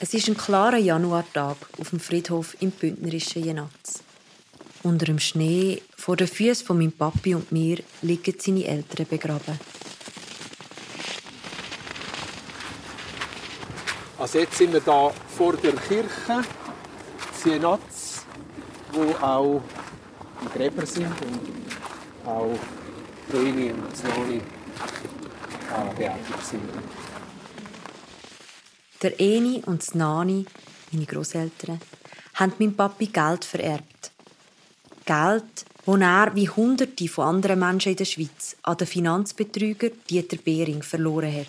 Es ist ein klarer Januartag auf dem Friedhof im bündnerischen Jenatz. Unter dem Schnee, vor den Füßen von meinem Papi und mir, liegen seine Eltern begraben. Also jetzt sind wir hier vor der Kirche, Jenatz, wo auch die Gräber sind und auch die Eni und Nani beerdigt sind. Der Eni und Nani, meine Grosseltern, haben meinem Papi Geld vererbt. Geld, das er wie Hunderte von anderen Menschen in der Schweiz an den Finanzbetrüger Dieter Behring verloren hat.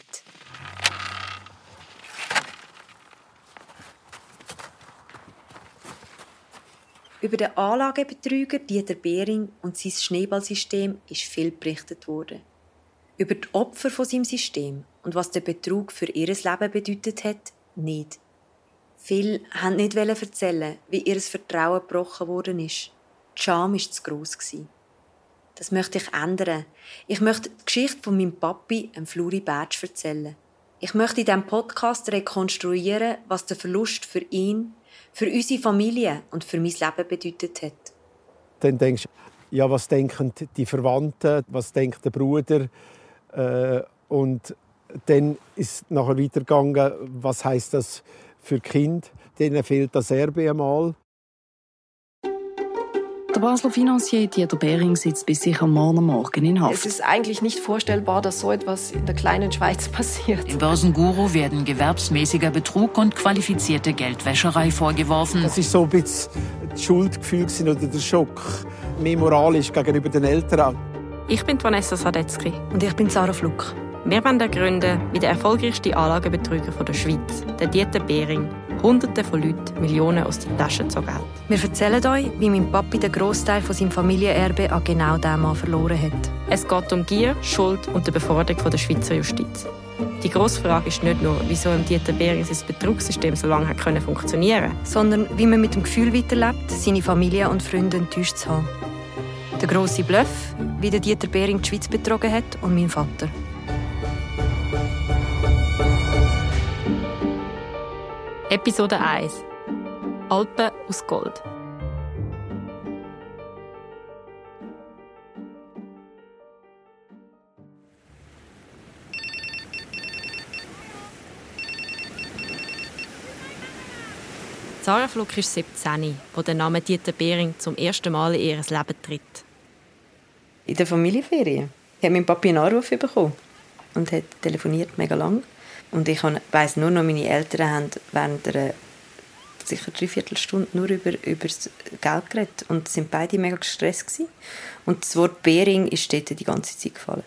Über den Anlagebetrüger Dieter Behring und sein Schneeballsystem ist viel berichtet worden. Über die Opfer von seinem System und was der Betrug für ihr Leben bedeutet hat, nicht. Viele wollten nicht erzählen, wie ihr Vertrauen gebrochen worden ist. Die Scham war zu gross. Das möchte ich ändern. Ich möchte die Geschichte von meinem Papi, Fluri Bertsch, erzählen. Ich möchte in diesem Podcast rekonstruieren, was der Verlust für ihn, für unsere Familie und für mein Leben bedeutet hat. Dann denkst du, ja, was denken die Verwandten, was denkt der Bruder? Und dann ist es nachher weitergegangen, was heisst das für die Kinder? Denen fehlt das Erbe einmal. Der Basler Finanzier Dieter Behring sitzt bis sicher morgen in Haft. Es ist eigentlich nicht vorstellbar, dass so etwas in der kleinen Schweiz passiert. Dem Börsenguru werden gewerbsmäßiger Betrug und qualifizierte Geldwäscherei vorgeworfen. Das war so ein bisschen das Schuldgefühl oder der Schock. Mehr moralisch gegenüber den Eltern. Ich bin Vanessa Sadetzky. Und ich bin Sarah Fluck. Wir wollen ergründen, wie der erfolgreichste Anlagebetrüger der Schweiz, der Dieter Behring, Hunderte von Leuten Millionen aus den Taschen gezogen hat. Wir erzählen euch, wie mein Papi den Grossteil von seinem Familienerbe an genau diesem Mann verloren hat. Es geht um Gier, Schuld und die Beforderung der Schweizer Justiz. Die grosse Frage ist nicht nur, wieso im Dieter Behring sein Betrugssystem so lange funktionieren konnte, sondern wie man mit dem Gefühl weiterlebt, seine Familie und Freunde enttäuscht zu haben. Der grosse Bluff, wie der Dieter Behring die Schweiz betrogen hat, und mein Vater. Episode 1 Alpen aus Gold. Sarah Fluck ist 17, wo der Name Dieter Behring zum ersten Mal in ihr Leben tritt. In der Familienferien hat mein Papi einen Anruf bekommen und hat telefoniert mega lang. Und ich weiss nur noch, meine Eltern haben während einer sicher 3/4 Stunde nur über das Geld geredet und sind beide mega gestresst gewesen. Und das Wort Behring ist dort die ganze Zeit gefallen.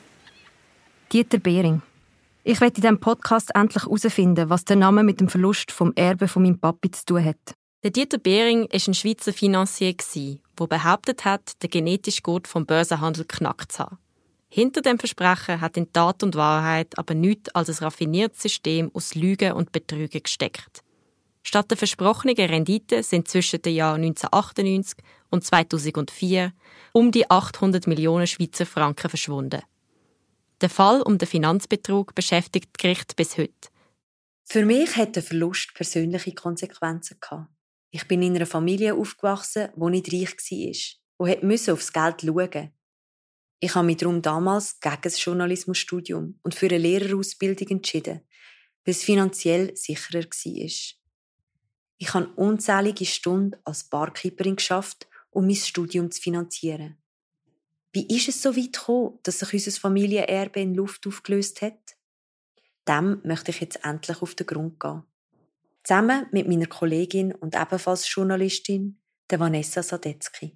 Dieter Behring. Ich werde in diesem Podcast endlich herausfinden, was der Name mit dem Verlust vom Erbe von meinem Papi zu tun hat. Der Dieter Behring war ein Schweizer Finanzier, der behauptet hat, den genetischen Code vom Börsenhandel knackt zu haben. Hinter dem Versprechen hat in Tat und Wahrheit aber nichts als ein raffiniertes System aus Lügen und Betrügen gesteckt. Statt der versprochenen Rendite sind zwischen den Jahren 1998 und 2004 um die 800 Millionen Schweizer Franken verschwunden. Der Fall um den Finanzbetrug beschäftigt das Gericht bis heute. Für mich hat der Verlust persönliche Konsequenzen gehabt. Ich bin in einer Familie aufgewachsen, die nicht reich war, die aufs Geld schauen musste. Ich habe mich darum damals gegen das Journalismusstudium und für eine Lehrerausbildung entschieden, weil es finanziell sicherer war. Ich habe unzählige Stunden als Barkeeperin geschafft, um mein Studium zu finanzieren. Wie ist es so weit gekommen, dass sich unser Familienerbe in Luft aufgelöst hat? Dem möchte ich jetzt endlich auf den Grund gehen. Zusammen mit meiner Kollegin und ebenfalls Journalistin, der Vanessa Sadetzky.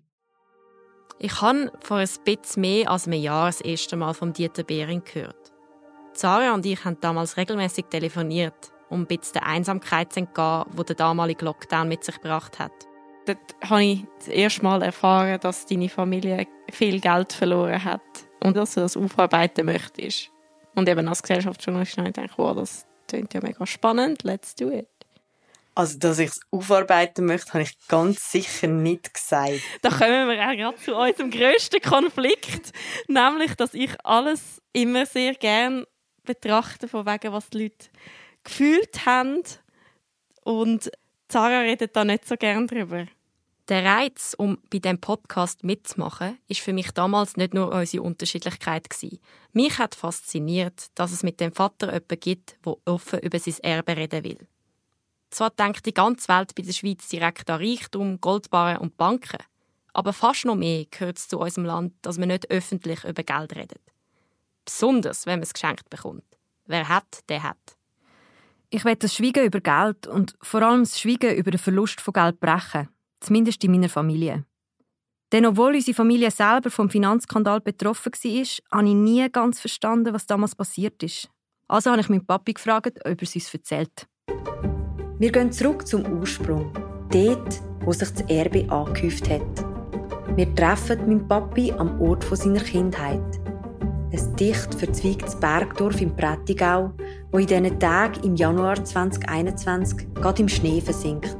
Ich habe vor ein bisschen mehr als einem Jahr das erste Mal vom Dieter Behring gehört. Sarah und ich haben damals regelmäßig telefoniert, um ein bisschen der Einsamkeit zu entgehen, die der damalige Lockdown mit sich gebracht hat. Dort habe ich das erste Mal erfahren, dass deine Familie viel Geld verloren hat und dass du das aufarbeiten möchtest. Und eben als Gesellschaftsjournalistin habe ich gedacht, wow, das klingt ja mega spannend, let's do it. Also, dass ich es aufarbeiten möchte, habe ich ganz sicher nicht gesagt. Da kommen wir auch gerade zu unserem grössten Konflikt, nämlich, dass ich alles immer sehr gerne betrachte, von wegen, was die Leute gefühlt haben und Sarah redet da nicht so gern drüber. Der Reiz, um bei diesem Podcast mitzumachen, war für mich damals nicht nur unsere Unterschiedlichkeit. Mich hat fasziniert, dass es mit dem Vater jemanden gibt, der offen über sein Erbe reden will. Zwar denkt die ganze Welt bei der Schweiz direkt an Reichtum, Goldbarren und Banken, aber fast noch mehr gehört es zu unserem Land, dass man nicht öffentlich über Geld redet. Besonders, wenn man es geschenkt bekommt. Wer hat, der hat. Ich will das Schweigen über Geld und vor allem das Schweigen über den Verlust von Geld brechen. Zumindest in meiner Familie. Denn obwohl unsere Familie selber vom Finanzskandal betroffen war, habe ich nie ganz verstanden, was damals passiert ist. Also habe ich meinen Papi gefragt, ob er es uns erzählt. Wir gehen zurück zum Ursprung. Dort, wo sich das Erbe angehäuft hat. Wir treffen meinen Papi am Ort seiner Kindheit. Ein dicht verzweigtes Bergdorf im Prättigau, das in diesen Tagen im Januar 2021 gerade im Schnee versinkt.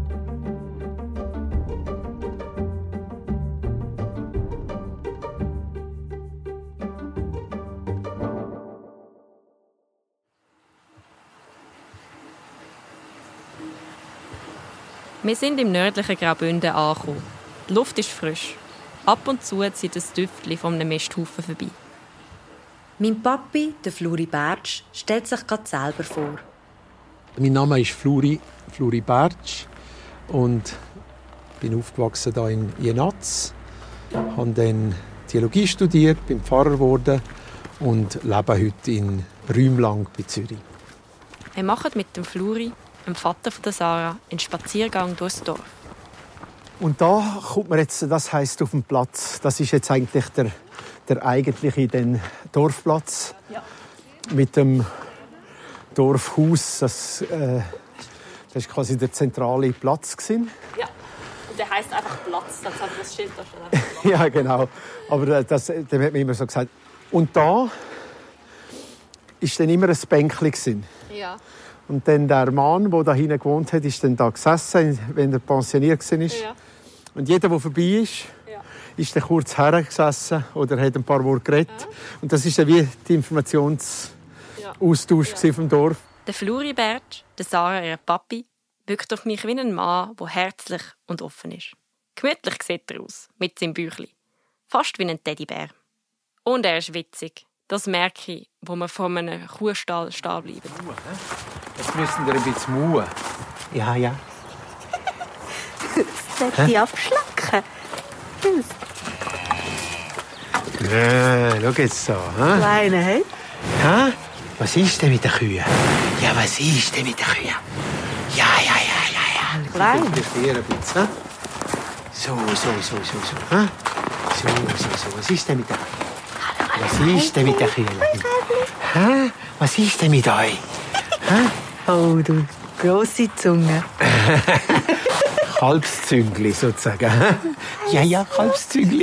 Wir sind im nördlichen Graubünden angekommen. Die Luft ist frisch. Ab und zu zieht ein Düftchen von einem Misthaufen vorbei. Mein Papi, der Fluri Bertsch, stellt sich gerade selber vor. Mein Name ist Fluri Bertsch und bin aufgewachsen hier in Jenatz. Habe dann Theologie studiert, bin Pfarrer geworden und lebe heute in Rümlang bei Zürich. Wir machen mit dem Fluri, dem Vater von Sarah, einen Spaziergang durchs Dorf. Und da kommt man jetzt, das heisst auf dem Platz, das ist jetzt eigentlich der eigentliche Dorfplatz. Ja. Mit dem Dorfhaus, das war quasi der zentrale Platz. Ja, und der heisst einfach Platz, das hat das Schild da schon. Ja, genau. Aber dem hat man immer so gesagt. Und da war dann immer ein Bänkchen. Ja. Und dann der Mann, der da hinten gewohnt hat, ist dann da gesessen, wenn er pensioniert war. Ja. Und jeder, der vorbei ist, ist dann kurz hergesessen oder hat ein paar Worte geredet. Ja. Und das war wie der Informationsaustausch vom Dorf. Der Fluri Bertsch, der Sarah, ihr Papi, wirkt auf mich wie ein Mann, der herzlich und offen ist. Gemütlich sieht er aus, mit seinem Bäuchli. Fast wie ein Teddybär. Und er ist witzig. Das merke ich, wo wir vor einem Kuhstall stehen bleiben. Jetzt müssen wir ein bisschen muhen. Ja, ja. Das wird die abschlacken. Schau jetzt so. Kleine, hey? Ha? Was ist denn mit den Kühen? Ja, was ist denn mit den Kühen? Ja. Klein. Ich ein bisschen. So. Ha? So. Was ist denn mit den Kühen? Was ist denn mit den Kühen? Ha? Was ist denn mit euch? Ha? Oh, du grosse Zunge. Kalbszüngli sozusagen. Ja, Kalbszüngli.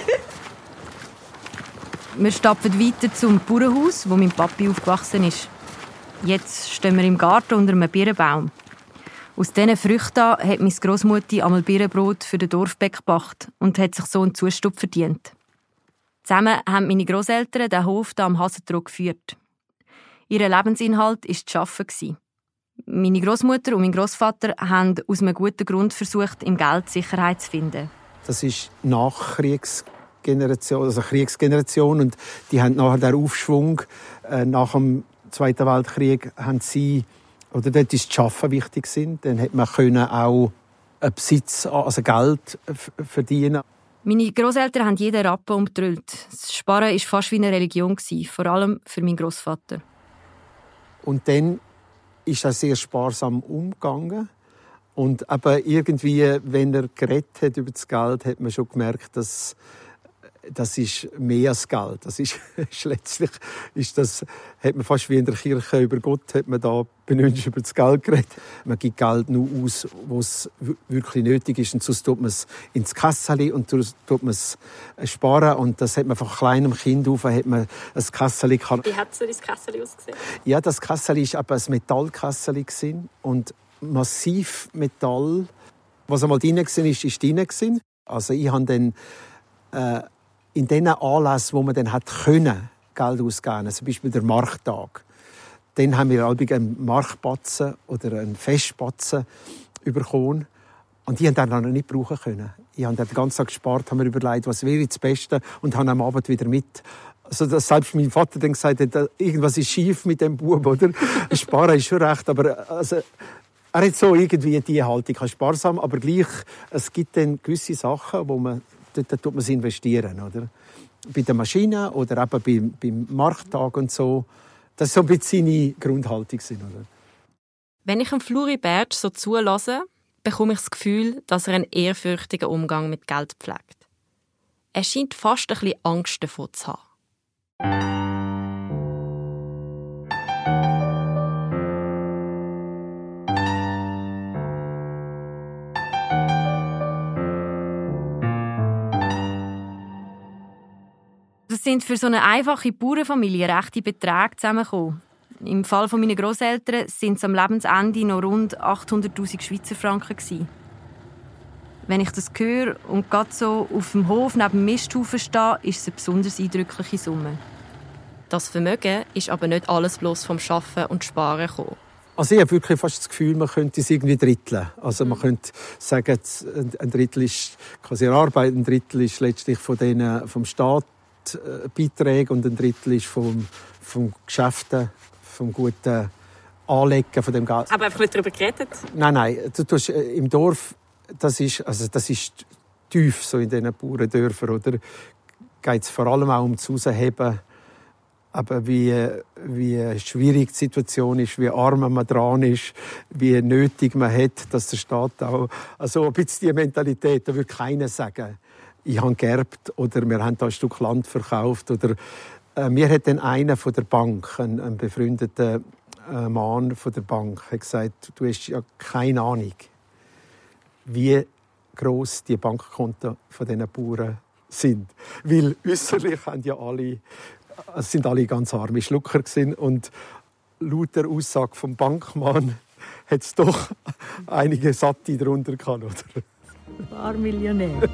Wir stapfen weiter zum Bauernhaus, wo mein Papi aufgewachsen ist. Jetzt stehen wir im Garten unter einem Birnenbaum. Aus diesen Früchten hat meine Grossmutter einmal Birnenbrot für den Dorfbäck gebracht und hat sich so einen Zustupf verdient. Zusammen haben meine Grosseltern den Hof hier am Hasentrog geführt. Ihr Lebensinhalt war das Arbeiten. Meine Grossmutter und mein Grossvater haben aus einem guten Grund versucht, im Geld Sicherheit zu finden. Das ist Nachkriegsgeneration, also Kriegsgeneration, und die haben nachher den Aufschwung nach dem Zweiten Weltkrieg haben sie, oder dort ist das Arbeiten wichtig sind. Dann hat man können auch einen Besitz, also Geld verdienen. Meine Grosseltern haben jeden Rappen umtrüllt. Das Sparen war fast wie eine Religion, vor allem für meinen Grossvater. Und dann ist er sehr sparsam umgegangen. Und aber irgendwie, wenn er geredet hat über das Geld, hat man schon gemerkt, dass das ist mehr als Geld. Das ist letztlich ist das, hat man fast wie in der Kirche über Gott hat man da benötigt über das Geld geredet. Man gibt Geld nur aus, wo es wirklich nötig ist, und sonst tut man es ins Kasseli und tut man es sparen. Und das hat man von kleinem Kind auf, hat man ein Kasseli. Wie hat so dein Kasseli ausgesehen? Ja, das Kasseli war aber ein Metallkasseli und massiv Metall. Was einmal drin war, ist drin. Also ich habe dann in den Anlässen, wo man dann hat können, Geld ausgeben, zum Beispiel der Markttag, Dann haben wir einen Markbatzen oder einen Festbatzen bekommen. Und die haben dann noch nicht brauchen können. Ich habe den ganzen Tag gespart, habe mir überlegt, was wäre das Beste und habe am Abend wieder mit. Also, dass selbst mein Vater dann gesagt hat, irgendwas ist schief mit dem Bub, oder? Sparen ist schon recht, aber also, er hat so irgendwie die Haltung, sparsam, aber gleich, es gibt dann gewisse Sachen, wo man, dort tut man investieren, oder? Bei der Maschine oder eben beim Markttag und so. Das ist so ein bisschen seine Grundhaltung, oder? Wenn ich Fluri Bertsch so zulasse, bekomme ich das Gefühl, dass er einen ehrfürchtigen Umgang mit Geld pflegt. Er scheint fast ein bisschen Angst davor zu haben. Es sind für so eine einfache Bauernfamilie rechte Beträge zusammengekommen. Im Fall meiner Grosseltern sind es am Lebensende noch rund 800'000 Schweizer Franken gewesen. Wenn ich das höre und gerade so auf dem Hof neben dem Misthaufen stehe, ist es eine besonders eindrückliche Summe. Das Vermögen ist aber nicht alles bloß vom Arbeiten und Sparen gekommen. Also ich habe wirklich fast das Gefühl, man könnte es irgendwie dritteln. Also man könnte sagen, ein Drittel ist quasi Arbeit, ein Drittel ist letztlich vom Staat Beiträge und ein Drittel ist vom Geschäften, vom guten Anlegen von dem Geld. Aber einfach nicht darüber geredet? Nein. Du tust im Dorf, das ist tief so in diesen Bauerndörfern, oder? Geht es vor allem auch um das Rausheben, aber wie schwierig die Situation ist, wie arm man dran ist, wie nötig man hat, dass der Staat auch, also ein bisschen die Mentalität, da würde keiner sagen, ich habe geerbt oder wir haben da ein Stück Land verkauft oder mir hat dann einer von der Bank, ein befreundeter Mann von der Bank, hat gesagt, du hast ja keine Ahnung, wie gross die Bankkonten von diesen Bauern sind, weil äußerlich sind alle ganz arme Schlucker gewesen. Und laut der Aussage vom Bankmann hat es doch einige Satte darunter gehabt, oder? Ein paar Millionär.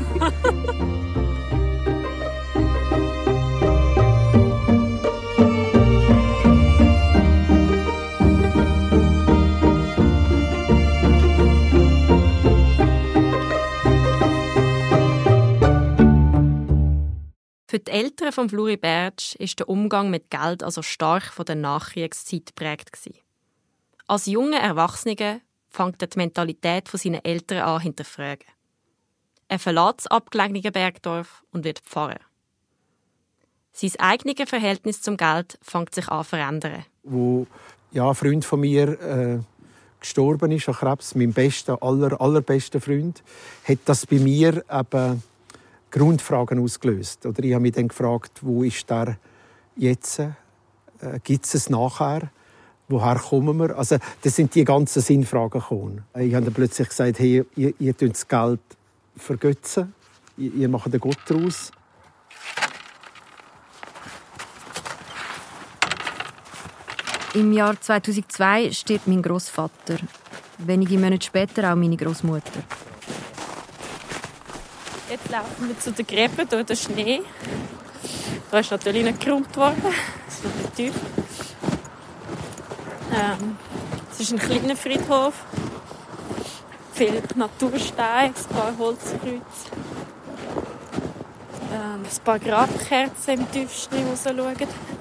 Für die Eltern von Fluri Bertsch war der Umgang mit Geld also stark von der Nachkriegszeit geprägt. Als junger Erwachsener fängt er die Mentalität seiner Eltern an hinterfragen. Er verlässt das abgelegene Bergdorf und wird Pfarrer. Sein eigenes Verhältnis zum Geld fängt sich an zu verändern. Wo ein Freund von mir gestorben ist an Krebs, mein allerbester Freund, hat das bei mir eben Grundfragen ausgelöst. Oder ich habe mich dann gefragt, wo ist der jetzt? Gibt es es nachher? Woher kommen wir? Also, das sind die ganzen Sinnfragen gekommen. Ich habe dann plötzlich gesagt, hey, ihr tut das Geld vergötzen. Ihr macht einen Gott daraus. Im Jahr 2002 stirbt mein Großvater. Wenige Monate später auch meine Großmutter. Jetzt laufen wir zu den Gräben, durch den Schnee. Da ist natürlich nicht geräumt worden. Das ist nicht tief. Es ist ein kleiner Friedhof. Viele Natursteine, ein paar Holzkreuze. Ein paar Grabkerzen im Tiefschnee rausschauen.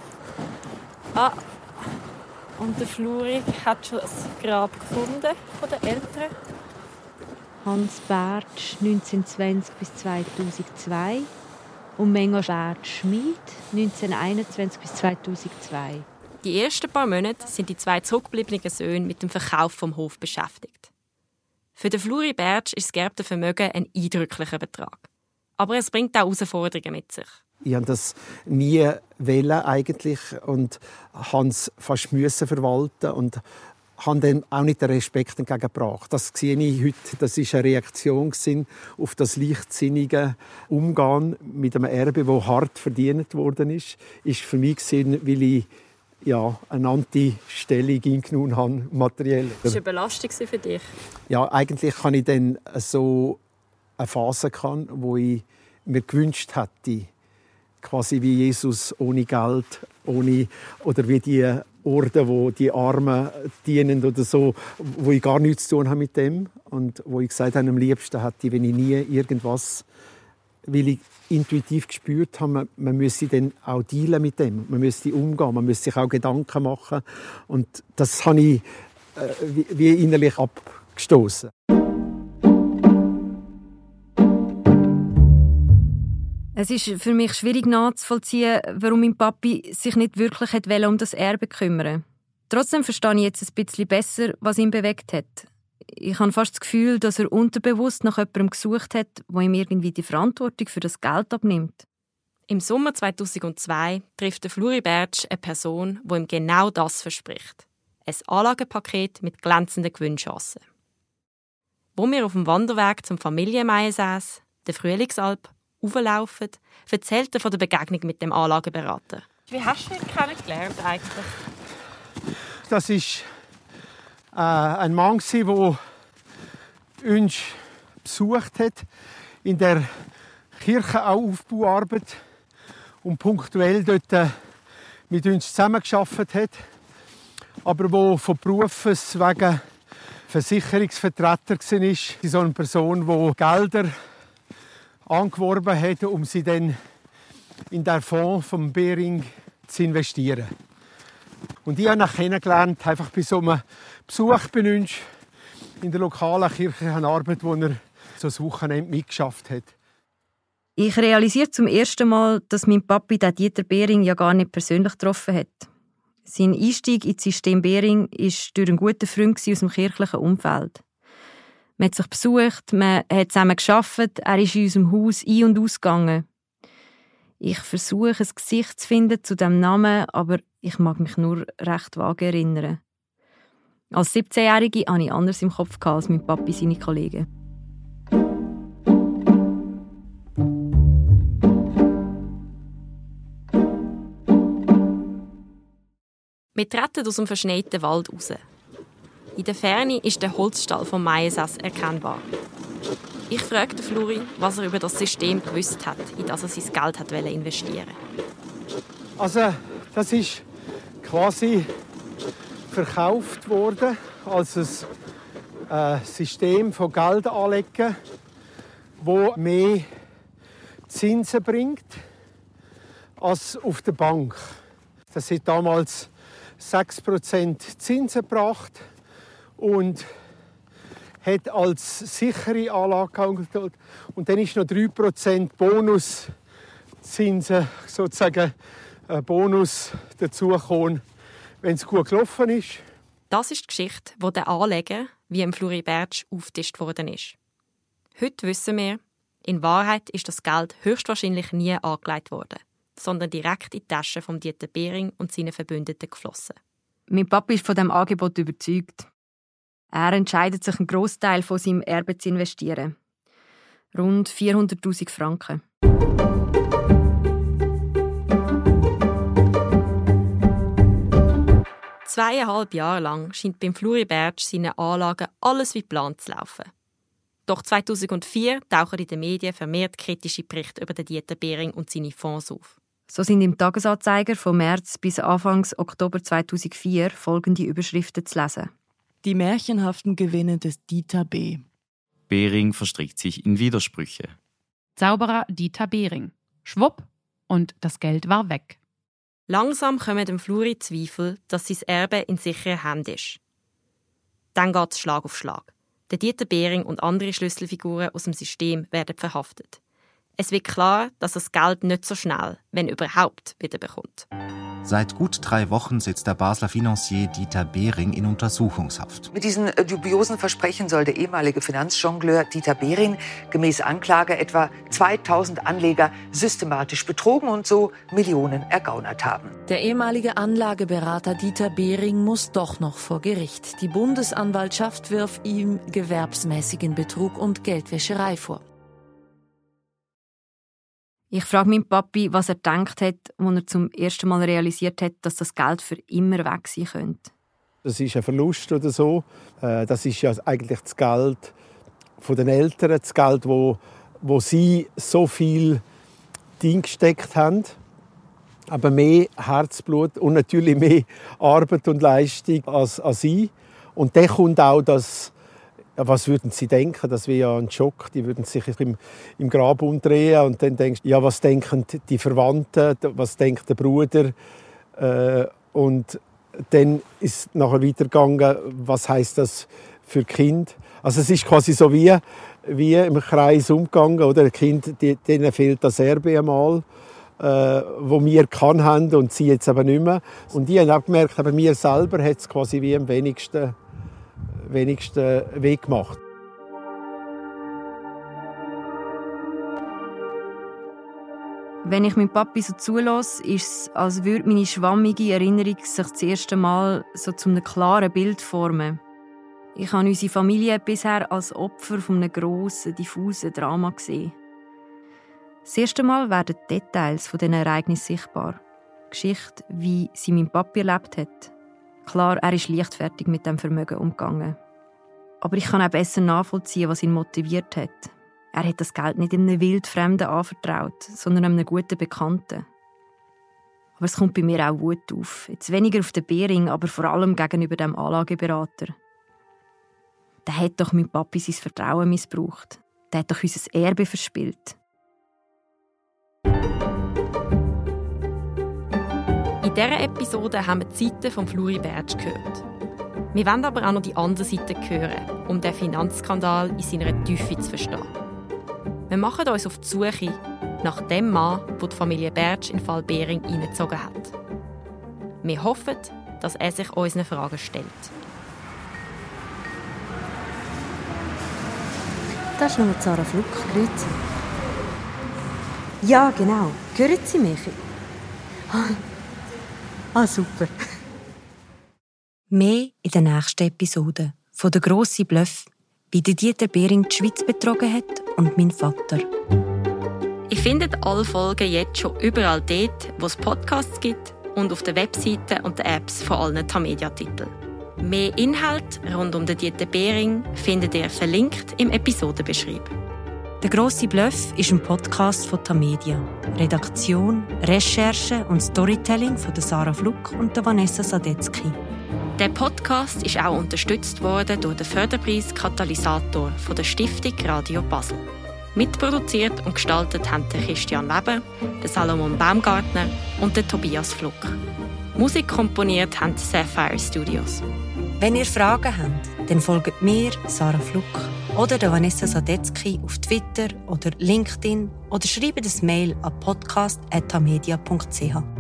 Und der Fluri hat schon ein Grab gefunden von den Eltern. Hans Bertsch 1920 bis 2002 und Mengo Bertsch-Schmid 1921 bis 2002. Die ersten paar Monate sind die zwei zurückgebliebenen Söhne mit dem Verkauf vom Hof beschäftigt. Für den Fluri Bertsch ist das geerbte Vermögen ein eindrücklicher Betrag. Aber es bringt auch Herausforderungen mit sich. Ich wollte das nie eigentlich und musste es fast verwalten und habe dann auch nicht den Respekt entgegengebracht. Das sehe ich heute, das war eine Reaktion auf das leichtsinnige Umgehen mit einem Erbe, das hart verdient worden ist. Ist für mich gesehen, weil ich eine Anti-Stellung eingenommen habe, materiell. Das war eine Belastung für dich? Ja, eigentlich hatte ich dann so eine Phase, wo ich mir gewünscht hätte, quasi wie Jesus ohne Geld oder wie die Orden, wo die Armen dienen oder so, wo ich gar nichts zu tun habe mit dem und wo ich gesagt habe, am liebsten hätte ich, wenn ich nie irgendwas, weil ich intuitiv gespürt habe, man müsse dann auch dealen mit dem, man müsse umgehen, man müsse sich auch Gedanken machen und das habe ich wie innerlich abgestoßen. Es ist für mich schwierig nachzuvollziehen, warum mein Papi sich nicht wirklich um das Erbe kümmern. Trotzdem verstehe ich jetzt ein bisschen besser, was ihn bewegt hat. Ich habe fast das Gefühl, dass er unterbewusst nach jemandem gesucht hat, der ihm irgendwie die Verantwortung für das Geld abnimmt. Im Sommer 2002 trifft der Fluri Bertsch eine Person, die ihm genau das verspricht. Ein Anlagepaket mit glänzenden Gewinnchancen. Wo wir auf dem Wanderweg zum Familienmaiensäß, der Frühlingsalp, auflaufen, erzählt er von der Begegnung mit dem Anlageberater. Wie hast du ihn kennengelernt eigentlich? Das war ein Mann, der uns besucht hat in der Kirchenaufbauarbeit und punktuell dort mit uns zusammengearbeitet hat, aber der von Berufes wegen Versicherungsvertreter war. So eine Person, die Gelder angeworben hat, um sie dann in den Fonds vom Behring zu investieren. Und ich habe ihn kennengelernt, einfach bei so einem Besuch bei uns in der lokalen kirchlichen Arbeit, wo er so ein Wochenende mitgeschafft hat. Ich realisiere zum ersten Mal, dass mein Papi den Dieter Behring ja gar nicht persönlich getroffen hat. Sein Einstieg ins System Behring war durch einen guten Freund aus dem kirchlichen Umfeld. Man hat sich besucht, man hat zusammen gearbeitet, er ist in unserem Haus ein- und ausgegangen. Ich versuche, ein Gesicht zu finden zu diesem Namen, aber ich mag mich nur recht vage erinnern. Als 17-Jährige hatte ich anders im Kopf als mein Papi seine Kollegen. Wir treten aus dem verschneiten Wald raus. In der Ferne ist der Holzstall vom Maiensäß erkennbar. Ich frage den Fluri, was er über das System gewusst hat, in das er sein Geld investieren wollte. Also, das ist quasi verkauft worden als ein System von Geldanlegen, das mehr Zinsen bringt als auf der Bank. Das hat damals 6% Zinsen gebracht und hat als sichere Anlage gehandelt. Und dann ist noch 3% Bonuszinsen, sozusagen ein Bonus dazugekommen, wenn es gut gelaufen ist. Das ist die Geschichte, die der Anleger, wie im Fluri Bertsch, aufgetischt worden ist. Heute wissen wir, in Wahrheit ist das Geld höchstwahrscheinlich nie angelegt worden, sondern direkt in die Tasche von Dieter Behring und seinen Verbündeten geflossen. Mein Papa ist von diesem Angebot überzeugt. Er entscheidet sich, einen Grossteil von seinem Erbe zu investieren. Rund 400'000 Franken. Zweieinhalb Jahre lang scheint beim Fluri Bertsch seine Anlagen alles wie geplant zu laufen. Doch 2004 tauchen in den Medien vermehrt kritische Berichte über den Dieter Behring und seine Fonds auf. So sind im Tagesanzeiger von März bis Anfang Oktober 2004 folgende Überschriften zu lesen. Die märchenhaften Gewinne des Dieter B. Behring verstrickt sich in Widersprüche. Zauberer Dieter Behring. Schwupp, und das Geld war weg. Langsam kommen dem Fluri Zweifel, dass sein Erbe in sicherer Hand ist. Dann geht es Schlag auf Schlag. Der Dieter Behring und andere Schlüsselfiguren aus dem System werden verhaftet. Es wird klar, dass er das Geld nicht so schnell, wenn überhaupt, wieder bekommt. Seit gut 3 Wochen sitzt der Basler Financier Dieter Behring in Untersuchungshaft. Mit diesen dubiosen Versprechen soll der ehemalige Finanzjongleur Dieter Behring gemäß Anklage etwa 2000 Anleger systematisch betrogen und so Millionen ergaunert haben. Der ehemalige Anlageberater Dieter Behring muss doch noch vor Gericht. Die Bundesanwaltschaft wirft ihm gewerbsmäßigen Betrug und Geldwäscherei vor. Ich frage meinen Papi, was er gedacht hat, als er zum ersten Mal realisiert hat, dass das Geld für immer weg sein könnte. Das ist ein Verlust oder so. Das ist ja eigentlich das Geld den Eltern, das Geld, wo sie so viel eingesteckt haben. aber mehr Herzblut und natürlich mehr Arbeit und Leistung als ich. Und dann kommt auch das, was würden Sie denken? Das wäre ja ein Schock. Die würden sich im Grab umdrehen und dann denkst du, ja, was denken die Verwandten, was denkt der Bruder? Und dann ist es nachher weitergegangen, was heisst das für Kind? Also es ist quasi so wie im Kreis umgegangen, oder? Ein Kind, denen fehlt das Erbe einmal, wo wir haben und sie jetzt aber nicht mehr. Und ich habe auch gemerkt, aber mir selber hat es quasi wie am wenigsten Weg gemacht. Wenn ich meinem Papi so zulasse, ist es, als würde meine schwammige Erinnerung sich das erste Mal so zu einem klaren Bild formen. Ich habe unsere Familie bisher als Opfer von einem grossen, diffusen Drama gesehen. Das erste Mal werden Details von diesen Ereignissen sichtbar. Geschichte, wie sie mein Papi erlebt hat. Klar, er ist leichtfertig mit dem Vermögen umgegangen. Aber ich kann auch besser nachvollziehen, was ihn motiviert hat. Er hat das Geld nicht einem Wildfremden anvertraut, sondern einem guten Bekannten. Aber es kommt bei mir auch Wut auf. Jetzt weniger auf den Behring, aber vor allem gegenüber dem Anlageberater. Der hat doch mein Papi sein Vertrauen missbraucht. Der hat doch unser Erbe verspielt. In dieser Episode haben wir die Seite von Fluri Bertsch gehört. Wir wollen aber auch noch die andere Seite hören, um den Finanzskandal in seiner Tiefe zu verstehen. Wir machen uns auf die Suche nach dem Mann, der die Familie Bertsch in den Fall Behring hineingezogen hat. Wir hoffen, dass er sich unseren Fragen stellt. Das ist noch Sarah Fluck. Grüezi. Ja, genau. Hören Sie mich? Super. Mehr in der nächsten Episode von «Der grosse Bluff», wie Dieter Behring die Schweiz betrogen hat und mein Vater. Ihr findet alle Folgen jetzt schon überall dort, wo es Podcasts gibt und auf den Webseiten und den Apps von allen Tamedia-Titeln. Mehr Inhalt rund um den Dieter Behring findet ihr verlinkt im Episodenbeschrieb. «Der grosse Bluff» ist ein Podcast von Tamedia. Redaktion, Recherche und Storytelling von Sarah Fluck und Vanessa Sadetzky. Der Podcast ist auch unterstützt worden durch den Förderpreis Katalysator von der Stiftung Radio Basel. Mitproduziert und gestaltet haben der Christian Weber, der Salomon Baumgartner und der Tobias Fluck. Musik komponiert haben die Sapphire Studios. Wenn ihr Fragen habt, dann folgt mir, Sarah Fluck, oder der Vanessa Sadetzky auf Twitter oder LinkedIn oder schreibt ein Mail an podcast@tamedia.ch.